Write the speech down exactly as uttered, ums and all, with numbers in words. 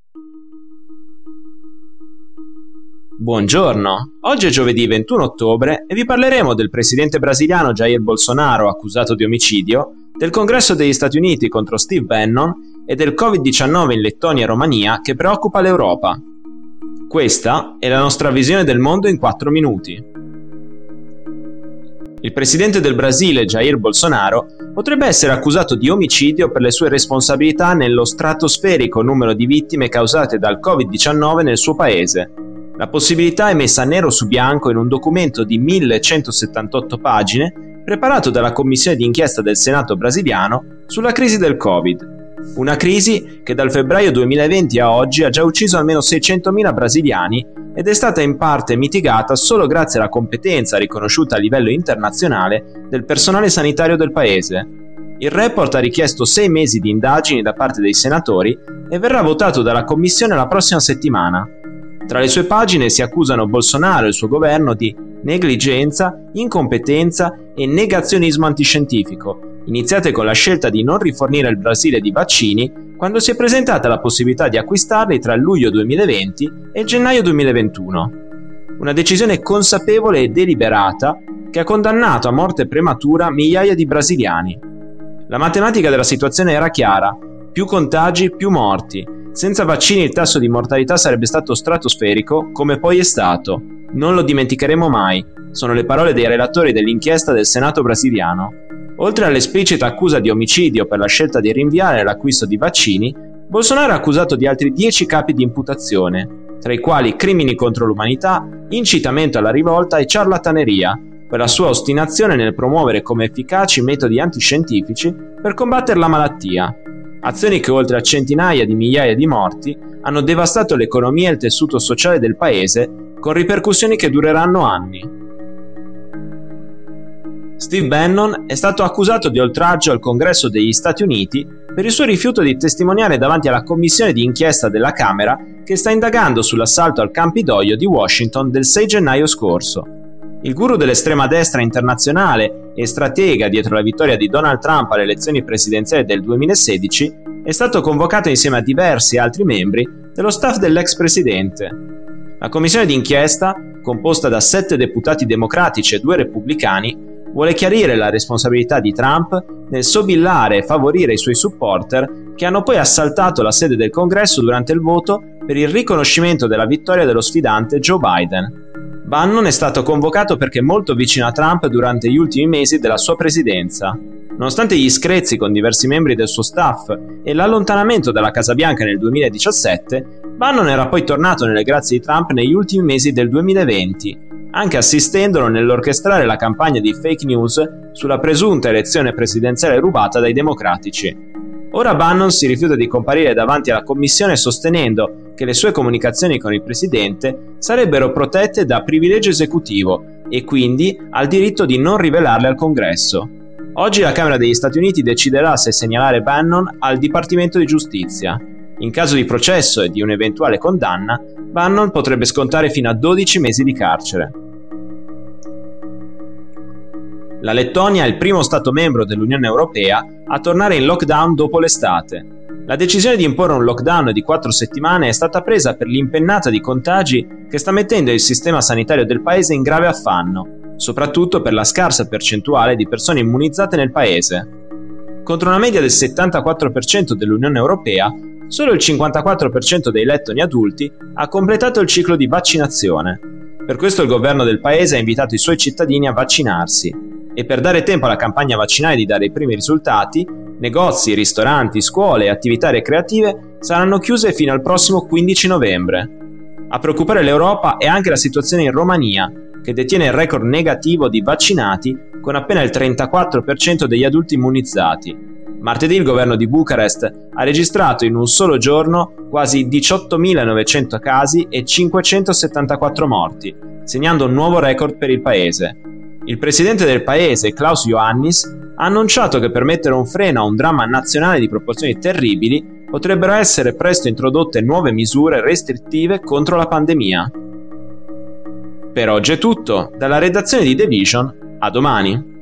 Buongiorno, oggi è giovedì ventuno ottobre e vi parleremo del presidente brasiliano Jair Bolsonaro accusato di omicidio, del congresso degli Stati Uniti contro Steve Bannon e del covid diciannove in Lettonia e Romania che preoccupa l'Europa. Questa è la nostra visione del mondo in quattro minuti. Il presidente del Brasile, Jair Bolsonaro, potrebbe essere accusato di omicidio per le sue responsabilità nello stratosferico numero di vittime causate dal covid diciannove nel suo paese. La possibilità è messa nero su bianco in un documento di millecentosettantotto pagine preparato dalla commissione d'inchiesta del Senato brasiliano sulla crisi del Covid. Una crisi che dal febbraio duemilaventi a oggi ha già ucciso almeno seicentomila brasiliani ed è stata in parte mitigata solo grazie alla competenza riconosciuta a livello internazionale del personale sanitario del paese. Il report ha richiesto sei mesi di indagini da parte dei senatori e verrà votato dalla commissione la prossima settimana. Tra le sue pagine si accusano Bolsonaro e il suo governo di negligenza, incompetenza e negazionismo antiscientifico, iniziate con la scelta di non rifornire il Brasile di vaccini quando si è presentata la possibilità di acquistarli tra il luglio duemilaventi e il gennaio duemilaventuno. Una decisione consapevole e deliberata che ha condannato a morte prematura migliaia di brasiliani. La matematica della situazione era chiara: più contagi, più morti. Senza vaccini il tasso di mortalità sarebbe stato stratosferico, come poi è stato. Non lo dimenticheremo mai. Sono le parole dei relatori dell'inchiesta del Senato brasiliano. Oltre all'esplicita accusa di omicidio per la scelta di rinviare l'acquisto di vaccini, Bolsonaro è accusato di altri dieci capi di imputazione, tra i quali crimini contro l'umanità, incitamento alla rivolta e ciarlataneria, per la sua ostinazione nel promuovere come efficaci metodi antiscientifici per combattere la malattia. Azioni che oltre a centinaia di migliaia di morti hanno devastato l'economia e il tessuto sociale del paese, con ripercussioni che dureranno anni. Steve Bannon è stato accusato di oltraggio al Congresso degli Stati Uniti per il suo rifiuto di testimoniare davanti alla commissione di inchiesta della Camera che sta indagando sull'assalto al Campidoglio di Washington del sei gennaio scorso. Il guru dell'estrema destra internazionale e stratega dietro la vittoria di Donald Trump alle elezioni presidenziali del duemilasedici è stato convocato insieme a diversi altri membri dello staff dell'ex presidente. La commissione d'inchiesta, composta da sette deputati democratici e due repubblicani, vuole chiarire la responsabilità di Trump nel sobillare e favorire i suoi supporter che hanno poi assaltato la sede del Congresso durante il voto per il riconoscimento della vittoria dello sfidante Joe Biden. Bannon è stato convocato perché è molto vicino a Trump durante gli ultimi mesi della sua presidenza. Nonostante gli screzi con diversi membri del suo staff e l'allontanamento dalla Casa Bianca nel duemiladiciassette, Bannon era poi tornato nelle grazie di Trump negli ultimi mesi del duemilaventi, anche assistendolo nell'orchestrare la campagna di fake news sulla presunta elezione presidenziale rubata dai democratici. Ora Bannon si rifiuta di comparire davanti alla commissione sostenendo che le sue comunicazioni con il presidente sarebbero protette da privilegio esecutivo e quindi ha il diritto di non rivelarle al Congresso. Oggi la Camera degli Stati Uniti deciderà se segnalare Bannon al Dipartimento di Giustizia. In caso di processo e di un'eventuale condanna, Bannon potrebbe scontare fino a dodici mesi di carcere. La Lettonia è il primo Stato membro dell'Unione Europea a tornare in lockdown dopo l'estate. La decisione di imporre un lockdown di quattro settimane è stata presa per l'impennata di contagi che sta mettendo il sistema sanitario del paese in grave affanno, soprattutto per la scarsa percentuale di persone immunizzate nel paese. Contro una media del settantaquattro per cento dell'Unione Europea, solo il cinquantaquattro per cento dei lettoni adulti ha completato il ciclo di vaccinazione. Per questo il governo del paese ha invitato i suoi cittadini a vaccinarsi. E per dare tempo alla campagna vaccinale di dare i primi risultati, negozi, ristoranti, scuole e attività ricreative saranno chiuse fino al prossimo quindici novembre. A preoccupare l'Europa è anche la situazione in Romania, che detiene il record negativo di vaccinati con appena il trentaquattro per cento degli adulti immunizzati. Martedì il governo di Bucarest ha registrato in un solo giorno quasi diciottomilanovecento casi e cinquecentosettantaquattro morti, segnando un nuovo record per il paese. Il presidente del paese, Klaus Iohannis, ha annunciato che per mettere un freno a un dramma nazionale di proporzioni terribili potrebbero essere presto introdotte nuove misure restrittive contro la pandemia. Per oggi è tutto, dalla redazione di The Vision, a domani.